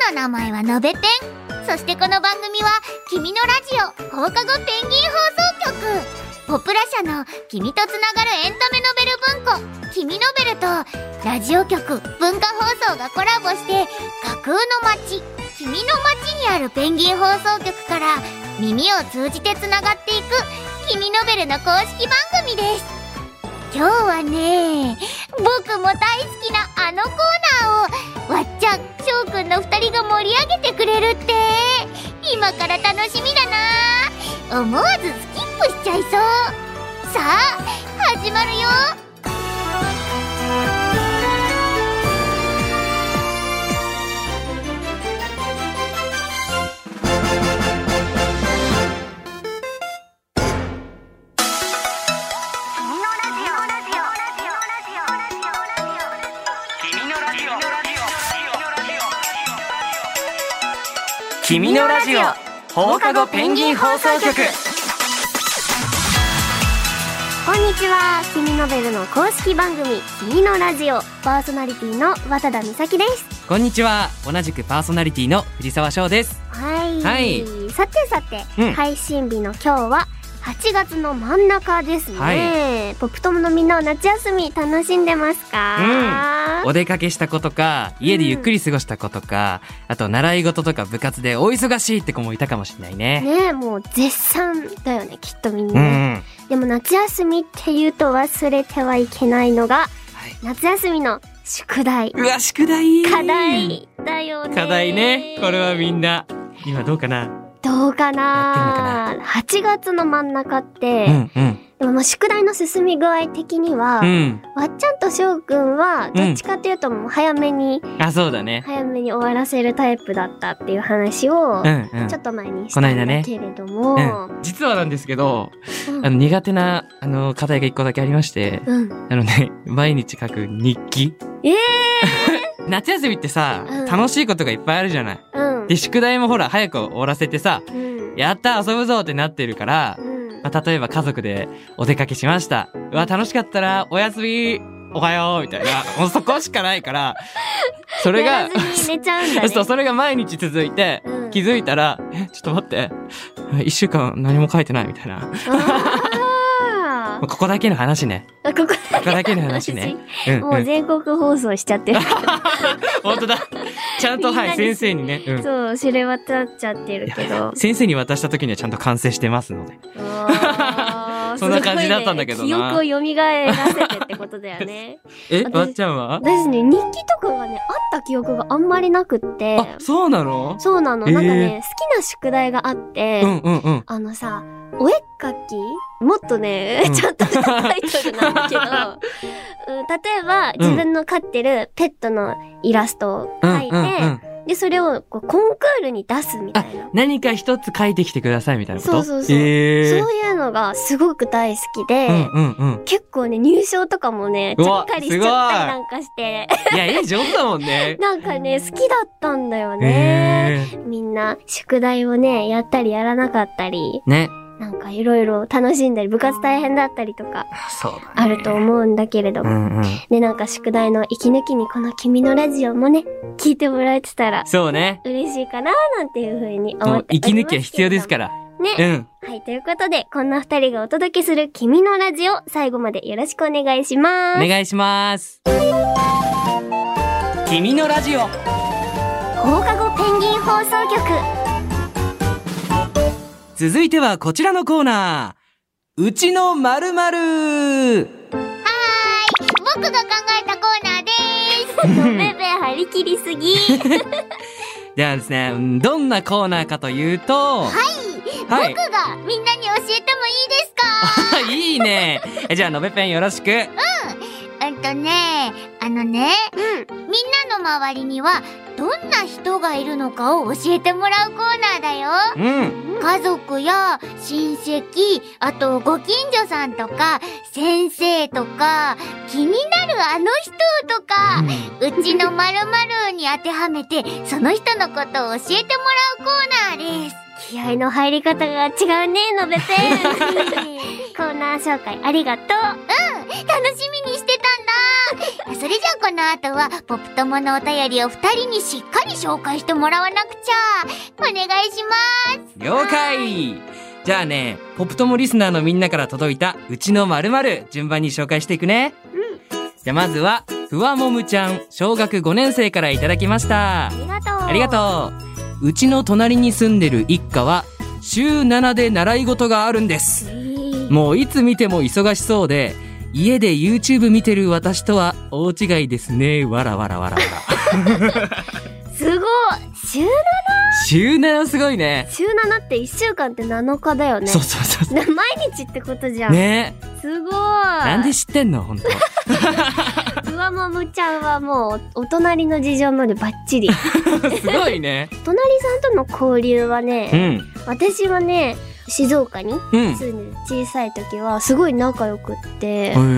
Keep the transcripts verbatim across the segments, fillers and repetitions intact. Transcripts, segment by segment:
の名前はのべペン。そしてこの番組は君のラジオ放課後ペンギン放送局、ポプラ社の君とつながるエンタメノベル文庫君ノベルとラジオ局文化放送がコラボして架空の街君の街にあるペンギン放送局から耳を通じてつながっていく君ノベルの公式番組です。今日はね、僕も大好きなあのコーナーをわっちゃん、しょうくんのふたりが盛り上げてくれるって、今から楽しみだな。思わずスキップしちゃいそう。さあ始まるよ。 君のラジオ放課後ペンギン放送局。 こんにちは、君ノベルの公式番組君のラジオパーソナリティの渡田美咲です。 こんにちは、同じくパーソナリティの藤沢翔です。 はい、 はい、 さてさて、うん、配信日の今日ははちがつの真ん中ですね、はい、ポップ友のみんなは夏休み楽しんでますか？ うん、お出かけした子とか家でゆっくり過ごした子とか、うん、あと習い事とか部活でお忙しいって子もいたかもしれないね。 ねえ、もう絶賛だよね、きっとみんな、ね、うん、でも夏休みって言うと忘れてはいけないのが、はい、夏休みの宿題。 うわ、宿題課題だよね。 課題ね。これはみんな今どうかなどうかな。はちがつの真ん中って、うんうん、でもまあ宿題の進み具合的には、うん、わっちゃんとしょうくんはどっちかというともう早めに、うん、あ、そうだね、早めに終わらせるタイプだったっていう話をちょっと前にしたんだけれども、ね、 うん、実はなんですけど、うん、あの苦手なあの課題が一個だけありまして、うん、あのね、毎日書く日記。えー夏休みってさ、うん、楽しいことがいっぱいあるじゃない、うん、で宿題もほら早く終わらせてさ、うん、やった遊ぶぞってなってるから、うん、まあ、例えば家族でお出かけしました、うわ楽しかったな、おやすみおはようみたいな、もうそこしかないからそれが寝ちゃうんだね。 そう、それが毎日続いて、うん、気づいたらえちょっと待って一週間何も書いてないみたいなここだけの話ね。 ここここだけの話ね。 うん、もう全国放送しちゃってる。 本当だ。ちゃんと、はい、先生にね。 うん、そう、知れ渡っちゃってるけど。 先生に渡した時にはちゃんと完成してますので。そんな感じだったんだけどな。 記憶を蘇らせてってことだよね。 え、わっちゃんは？ 私ね、日記とかがね、あった記憶があんまりなくって。 あ、そうなの？ そうなの。なんかね、好きな宿題があって、うんうんうん、あのさ、お絵描きもっとね、うん、ちゃんとしたタイトルなんだけど、うん、例えば、自分の飼ってるペットのイラストを描いて、うんうんうん、で、それをこうコンクールに出すみたいな。 何か一つ描いてきてくださいみたいなこと？ そうそうそう。えー、そういうのがすごく大好きで、うんうんうん、結構ね、入賞とかもね、ちゃっかりしちゃったりなんかして。 いや、絵上手だもんね。 なんかね、好きだったんだよね。みんな、宿題をね、やったりやらなかったり。ね。なんかいろいろ楽しんだり、部活大変だったりとか、あると思うんだけれども。うんうん、で、なんか宿題の息抜きにこの君のラジオもね、聞いてもらえてたら、そうね。嬉しいかななんていうふうに思っております。 息抜きは必要ですから。 ね。うん。はい、ということで、こんな二人がお届けする君のラジオ、最後までよろしくお願いします。 お願いします。君のラジオ、 放課後ペンギン放送局。 続いてはこちらのコーナー、うちの〇〇。はーい、 僕が考えたコーナーでーす。 ベベ張り切りすぎ。 ではですね、どんなコーナーかというと、 はい、はい、僕がみんなに教えてもいいですか？ いいね。じゃあのべペンよろしく。うん。 うんとね、あのね、うん、みんなの周りにはどんな人がいるのかを教えてもらうコーナーだよ。うん。家族や親戚、あとご近所さんとか先生とか気になるあの人とか、うん、うちの〇〇に当てはめてその人のことを教えてもらうコーナーです。 気合の入り方が違うね、のべペン。コーナー紹介ありがとう。 うん、楽しみにしてたんだ。 それじゃあこの後はポップ友のお便りをふたりにしっかり紹介してもらわなくちゃ。お願いします。 了解。じゃあね、ポップ友リスナーのみんなから届いたうちの〇〇順番に紹介していくね。うん。じゃあまずはふわもむちゃん、小学ごねん生からいただきました。 ありがとう。 ありがとう。うちの隣に住んでる一家は週ななで習い事があるんです。もういつ見ても忙しそうで、家で YouTube 見てる私とは大違いですね。わらわらわらわら。 すごい。週なな？ 週ななすごいね。 週ななっていっしゅうかんってなのかだよね。 そうそうそうそう。 毎日ってことじゃん。 ね。 すごい。 なんで知ってんの本当。 ふわもむちゃんはもうお隣の事情までバッチリ。 すごいね。 隣さんとの交流はね、うん、私はね、静岡に住んでる小さい時はすごい仲良くって、うん、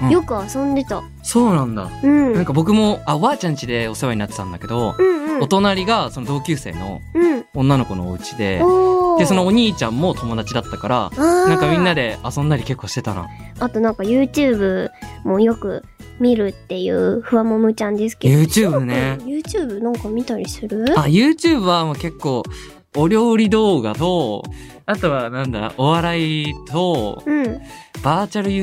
よく遊んでた。 そうなんだ。うん。なんか僕もあおばあちゃん家でお世話になってたんだけど、うんうん、お隣がその同級生の女の子のお家で、うん、でそのお兄ちゃんも友達だったから、なんかみんなで遊んだり結構してたな。 あとなんか YouTube もよく見るっていうふわもむちゃんですけど。 YouTube ね。 YouTube なんか見たりする？ あ、YouTube はもう結構お料理動画と、あとはなんだ、お笑いと、うん、バーチャル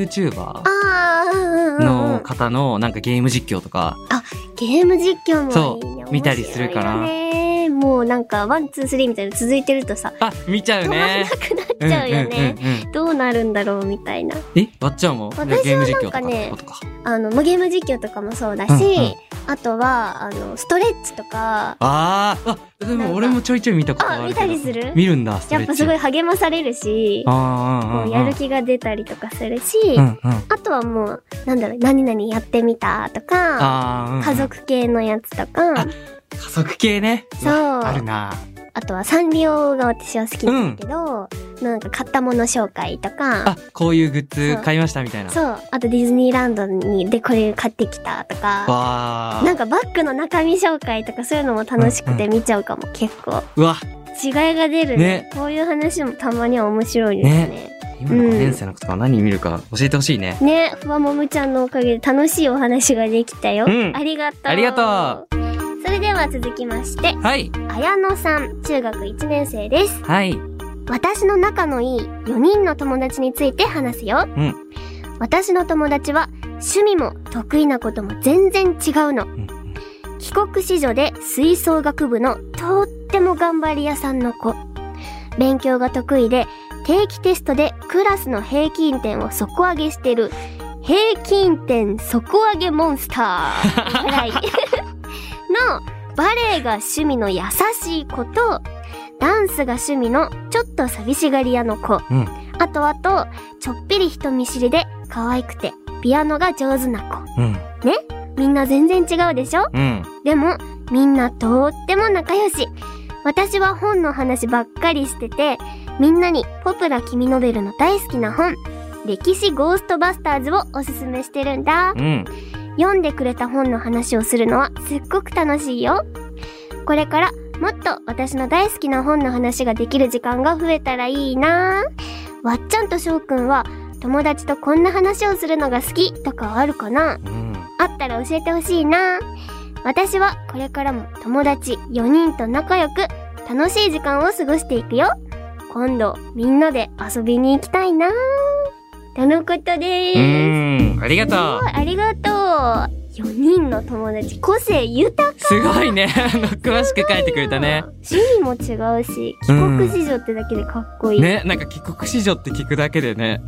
YouTuber の方のなんかゲーム実況とか。 あ、ゲーム実況もいいね。 そう、見たりするから。 もうなんかワンツースリーみたいな続いてるとさ、 あ、見ちゃうね。 止まんなくなっちゃうよね。うんうんうんうん、どうなるんだろうみたいな。 え、わっちゃんも私はなんかね、あの、ゲーム実況とかもそうだし、うんうん、あとは、あの、ストレッチとか。 あー、あ、でも俺もちょいちょい見たことあるけど。 あ、見たりする？ 見るんだ、ストレッチ。 やっぱすごい励まされるし、あやる気が出たりとかするし、うんうん、あとはもう、なんだろう、何々やってみたとか、あ、うんうん、家族系のやつとか。 家族系ね。 そう。 あるな。 あとはサンリオが私は好きなんだけど、うん、なんか買ったもの紹介とか。 あ、こういうグッズ買いましたみたいな。 そう。あとディズニーランドにでこれ買ってきたとか。わー。なんかバッグの中身紹介とかそういうのも楽しくて見ちゃうかも、うんうん、結構。うわ。違いが出るね。ね、こういう話もたまには面白いですね。ね、 今のごねん生の子とか何見るか教えてほしいね。 ね、ふわもむちゃんのおかげで楽しいお話ができたよ。うん、ありがとう。 ありがとう。 それでは続きまして、はい。綾野さん、中学いちねん生です。はい。私の仲のいいよにんの友達について話すよ。うん。私の友達は趣味も得意なことも全然違うの。うん、帰国子女で吹奏楽部のとっても頑張り屋さんの子。勉強が得意で定期テストでクラスの平均点を底上げしてる平均点底上げモンスターぐらい。のバレエが趣味の優しい子とダンスが趣味のちょっと寂しがり屋の子、うん、あとあとちょっぴり人見知りで可愛くてピアノが上手な子、うん、ね、みんな全然違うでしょ、うん、でもみんなとっても仲良し。私は本の話ばっかりしてて、みんなにポプラ君ノベルの大好きな本歴史ゴーストバスターズをおすすめしてるんだ、うん、読んでくれた本の話をするのはすっごく楽しいよ。これからもっと私の大好きな本の話ができる時間が増えたらいいな。わっちゃんとしょうくんは友達とこんな話をするのが好きとかあるかな、うん、あったら教えてほしいな。私はこれからも友達よにんと仲良く楽しい時間を過ごしていくよ。今度みんなで遊びに行きたいなとのことでーす。うーん、ありがとう。 ありがとう。よにんの友達、個性豊か。 すごいね。あの、詳しく書いてくれたね。 趣味も違うし、帰国子女ってだけでかっこいい。 ね、なんか帰国子女って聞くだけでね。うん。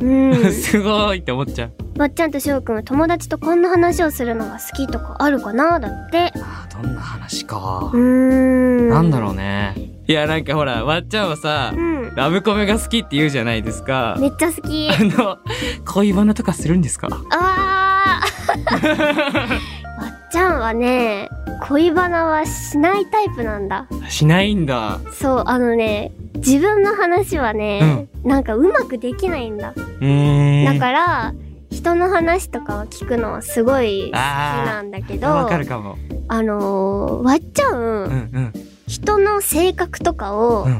すごいって思っちゃう。 ばっちゃんとしょうくんは友達とこんな話をするのが好きとかあるかなだって。 ああ、どんな話か。うーん。なんだろうね。いや、なんかほら、わっちゃんはさ、うん、ラブコメが好きって言うじゃないですか。 めっちゃ好き。 あの、恋バナとかするんですか？ あー。わっちゃんはね、恋バナはしないタイプなんだ。 しないんだ。 そう、あのね、自分の話はね、うん、なんかうまくできないんだ。うーん。だから、人の話とかを聞くのはすごい好きなんだけど、 わかるかも。 あのー、わっちゃん、うんうん、人の性格とかを、うん、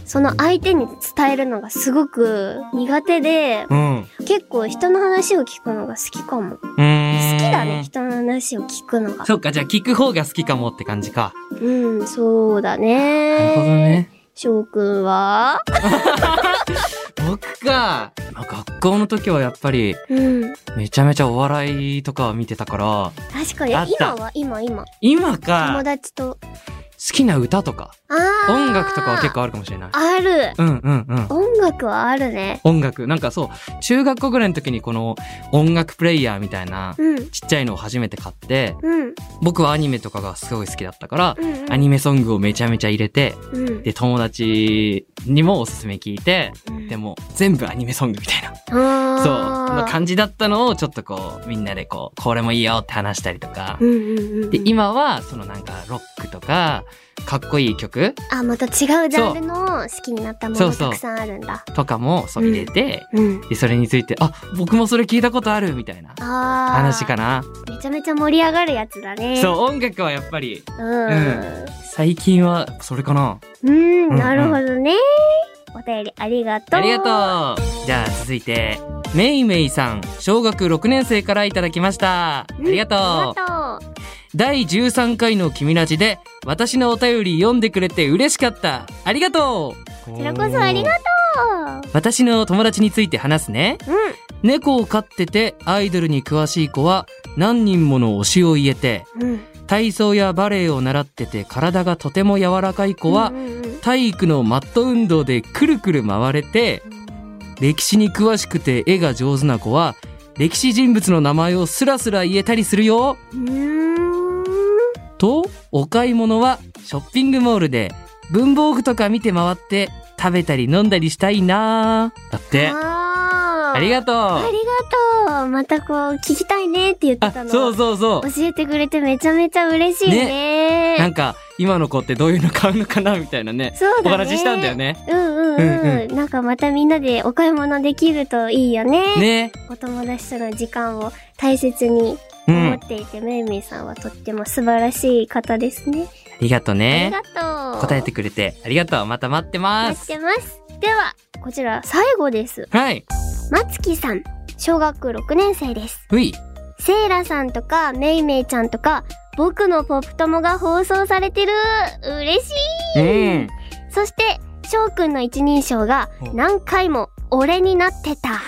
その相手に伝えるのがすごく苦手で、うん、結構人の話を聞くのが好きかも。うーん、好きだね、人の話を聞くのが。 そっか、じゃあ聞く方が好きかもって感じか。 うん、そうだね。 なるほどね。 翔くんは僕か、学校の時はやっぱり、うん、めちゃめちゃお笑いとか見てたから。 確かに、今は今今。 今か。 友達と。 好きな歌とか音楽とかは結構あるかもしれない。 ある。 うんうんうん。 音楽はあるね。 音楽なんかそう、中学校ぐらいの時にこの音楽プレイヤーみたいな、うん、ちっちゃいのを初めて買って、うん、僕はアニメとかがすごい好きだったから、うんうん、アニメソングをめちゃめちゃ入れて、うん、で友達にもおすすめ聞いて、うん、でも全部アニメソングみたいな、そうの感じだったのをちょっとこうみんなでこうこれもいいよって話したりとか、うんうんうんうん、で今はそのなんかロックとかかっこいい曲、 あ、また違うジャンルの好きになったものたくさんあるんだとかもそう入れて、うんうん、でそれについて、あ、僕もそれ聞いたことあるみたいな話かな。 めちゃめちゃ盛り上がるやつだね。 そう、音楽はやっぱり、うんうん、最近はそれかな。 うん、なるほどね。お便りありがとう。 ありがとう。じゃあ続いてめいめいさん、小学ろくねん生からいただきました。ありがとう。 ありがとう。 だいじゅうさんかいの君ラジで私のお便り読んでくれて嬉しかった。ありがとう。こちらこそありがとう。 私の友達について話すね。うん。猫を飼っててアイドルに詳しい子は何人もの推しを言えて、うん、体操やバレエを習ってて体がとても柔らかい子は、うんうんうん、体育のマット運動でくるくる回れて、歴史に詳しくて絵が上手な子は歴史人物の名前をスラスラ言えたりするよ。うーんと、お買い物はショッピングモールで文房具とか見て回って食べたり飲んだりしたいなー。だって。ありがとう。 ありがとう。またこう聞きたいねって言ってたの。 そうそうそう。 教えてくれてめちゃめちゃ嬉しいね。ね、 なんか今の子ってどういうの買うのかなみたいなね。 そうだね。 お話ししたんだよね。 うんうんうん。うんうん、なんかまたみんなでお買い物できるといいよね。ね。お友達との時間を大切に思っていて、うん、めいめいさんはとっても素晴らしい方ですね。 ありがとうね。 ありがとう。 答えてくれてありがとう。また待ってます。 待ってます。ではこちら最後です。 はい。 まつきさん、小学ろくねん生です。 うい。 セイラさんとかめいめいちゃんとか僕のポップ友が放送されてる。嬉しい。うん。そしてしょうくんの一人称が何回も俺になってた。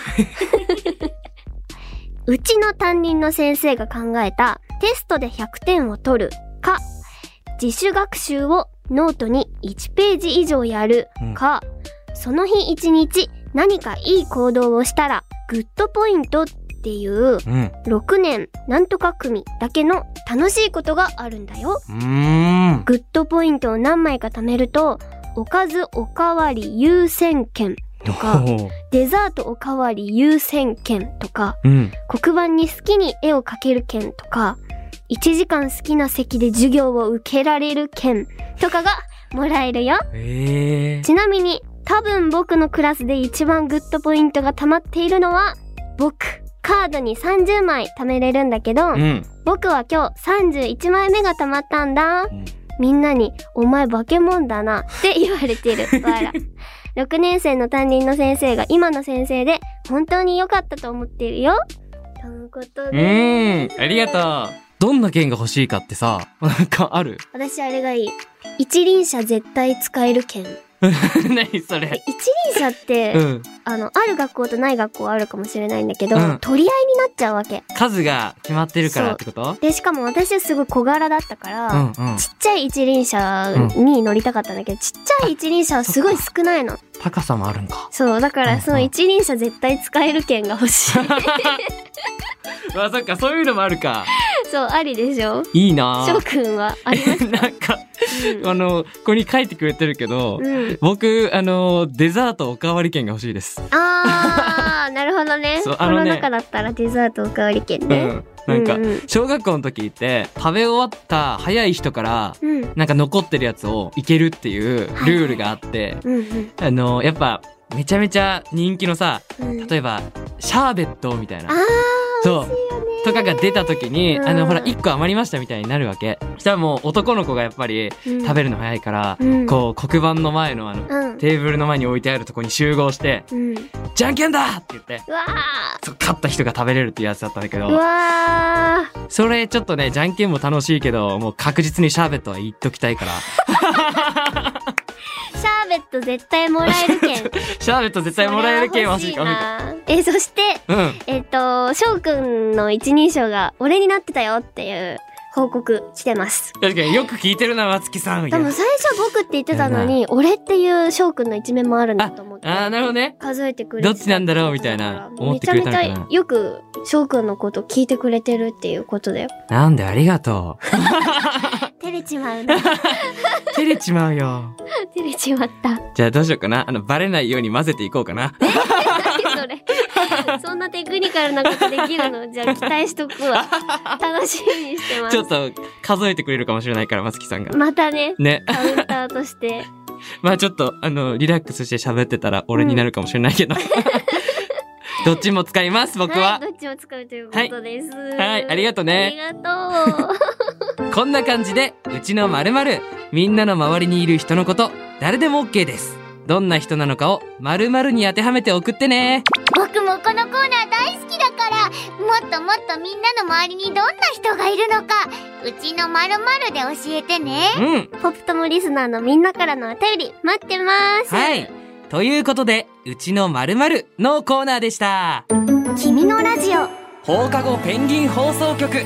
うちの担任の先生が考えたテストでひゃくてんを取るか、自主学習をノートにいちページ以上やるか、うん、その日一日何かいい行動をしたらグッドポイントっていうろくねんなんとか組だけの楽しいことがあるんだよ。うーん、グッドポイントを何枚か貯めるとおかずおかわり優先権とかデザートおかわり優先権とか、うん、黒板に好きに絵を描ける券とかいちじかん好きな席で授業を受けられる券とかがもらえるよ。えー、ちなみに多分僕のクラスで一番グッドポイントが溜まっているのは僕。カードにさんじゅうまい貯めれるんだけど、うん、僕は今日さんじゅういちまいめが溜まったんだ、うん、みんなにお前化け物だなって言われてる。わら。ろくねん生の担任の先生が今の先生で本当に良かったと思っているよ。ということで、うーん、ありがとう。どんな券が欲しいかってさ、なんかある？ 私あれがいい。一輪車絶対使える券。 何それ？ 一輪車って、うん、あのある学校とない学校あるかもしれないんだけど、うん、取り合いになっちゃうわけ。 数が決まってるからってこと？ でしかも私はすごい小柄だったから、うんうん、ちっちゃい一輪車に乗りたかったんだけど、うん、ちっちゃい一輪車はすごい少ないの。 高さもあるんか。 そうだからその一輪車絶対使える券が欲しい。 まあそっか、そういうのもあるか。 そう、ありでしょ。 いいな。 しょうくんはありますか？ なんか、うん、あのここに書いてくれてるけど、うん、僕あのデザートおかわり券が欲しいです。 あーなるほどね。この中だったらデザートおかわり券ね。うんなんか、うんうん、小学校の時って食べ終わった早い人から、うん、なんか残ってるやつをいけるっていうルールがあって、はいはいうんうん、あのやっぱめちゃめちゃ人気のさ、うん、例えばシャーベットみたいな、あそうとかが出た時に、うん、あのほらいっこ余りましたみたいになるわけ。そしたらもう男の子がやっぱり食べるの早いから、うん、こう黒板の前のあの、うん、 テーブルの前に置いてあるとこに集合して、うん、じゃんけんだって言って、うわー、勝った人が食べれるっていうやつだったんだけど、うわー、それちょっとね、じゃんけんも楽しいけど、もう確実にシャーベットは言っときたいから。 シャーベット絶対もらえるけん。シャーベット絶対もらえるけん欲しいな。え、そして、うん、えっと、翔くんの一人称が俺になってたよっていう報告してます。 確かによく聞いてるな、松木さん。 多分最初僕って言ってたのに、俺っていう翔くんの一面もあるんだと思って。 ああ、なるほどね。 数えてくれて。 どっちなんだろうみたいな思ってくれたのかな。 めちゃめちゃよく翔くんのこと聞いてくれてるっていうことだよ。 なんでありがとう。 照れちまうな。 照れちまうよ。 照れちまった。 じゃあどうしようかな。あの、バレないように混ぜていこうかな。 何それ。そんなテクニカルなことできるの？じゃあ期待しとくわ。楽しみにしてます。 ちょっと数えてくれるかもしれないから、松木さんが。 またね。 ね。 カウンターとして。 まあちょっと、あの、リラックスして喋ってたら俺になるかもしれないけど。うんどっちも使います、僕は。 はい、どっちも使うということです。はい、 はい、ありがとうね。 ありがとう。 こんな感じで、うちの〇〇、みんなの周りにいる人のこと、誰でも OK です。どんな人なのかを〇〇に当てはめて送ってね。 僕もこのコーナー大好きだから、もっともっとみんなの周りにどんな人がいるのか、うちの〇〇で教えてね。 うん。 ポップ友リスナーのみんなからのお便り、待ってます。 はい。ということで、うちの〇〇のコーナーでした。 君のラジオ放課後ペンギン放送局。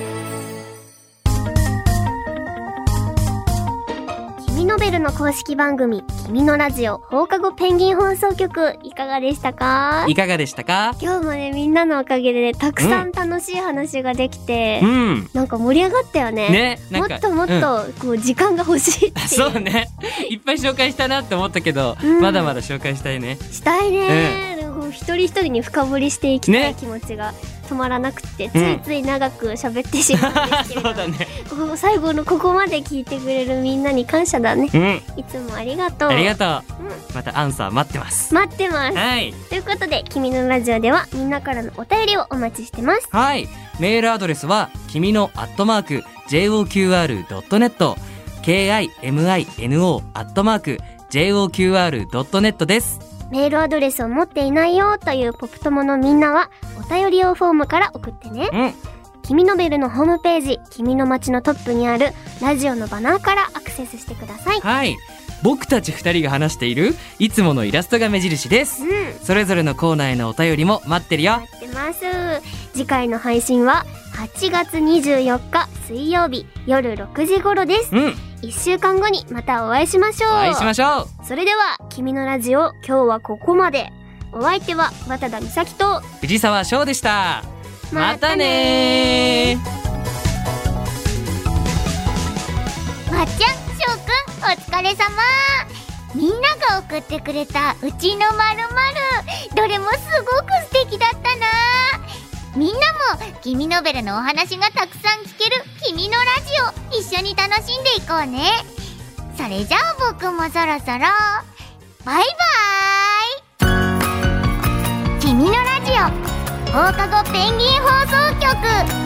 君ノベルの公式番組、君のラジオ放課後ペンギン放送局、いかがでしたか？ いかがでしたか？ 今日もね、みんなのおかげで、ね、たくさん楽しい話ができて、うん、なんか盛り上がったよね。 ね、 なんかもっともっと、うん、こう時間が欲しいっていう。 そうね。いっぱい紹介したなって思ったけど、うん、まだまだ紹介したいね。 したいね。うん、一人一人に深掘りしていきたい気持ちが止まらなくて、ね、ついつい長く喋ってしまうんですけれど、うん、そうだね。ここ最後のここまで聞いてくれるみんなに感謝だね。うん、いつもありがとう。 ありがとう。うん、またアンサー待ってます。 待ってます。 はい。 ということで、君のラジオではみんなからのお便りをお待ちしてます。 はい。メールアドレスは、君のアットマーク、ジェイオーキューアールドットネット、ケーアイエムアイエヌオー アットマーク、ジェイオーキューアールドットネット です。 メールアドレスを持っていないよというポップ友のみんなは、お便り用フォームから送ってね。うん。君のベルのホームページ、君の街のトップにあるラジオのバナーからアクセスしてください。 はい。僕たち二人が話しているいつものイラストが目印です。うん。それぞれのコーナーへのお便りも待ってるよ。 待ってます。次回の配信ははちがつにじゅうよっか水曜日夜ろくじ頃です。うん。いっしゅうかんごにまたお会いしましょう。 お会いしましょう。 それでは、君のラジオ、今日はここまで。お相手は渡田美咲と藤沢翔でした。またねー。 まっちゃん、翔くん、お疲れ様。みんなが送ってくれたうちのまるまる、どれもすごく素敵だったな。みんなも君ノベルのお話がたくさん聞ける君のラジオ、一緒に楽しんでいこうね。それじゃあ僕もそろそろバイバーイ。君のラジオ放課後ペンギン放送局。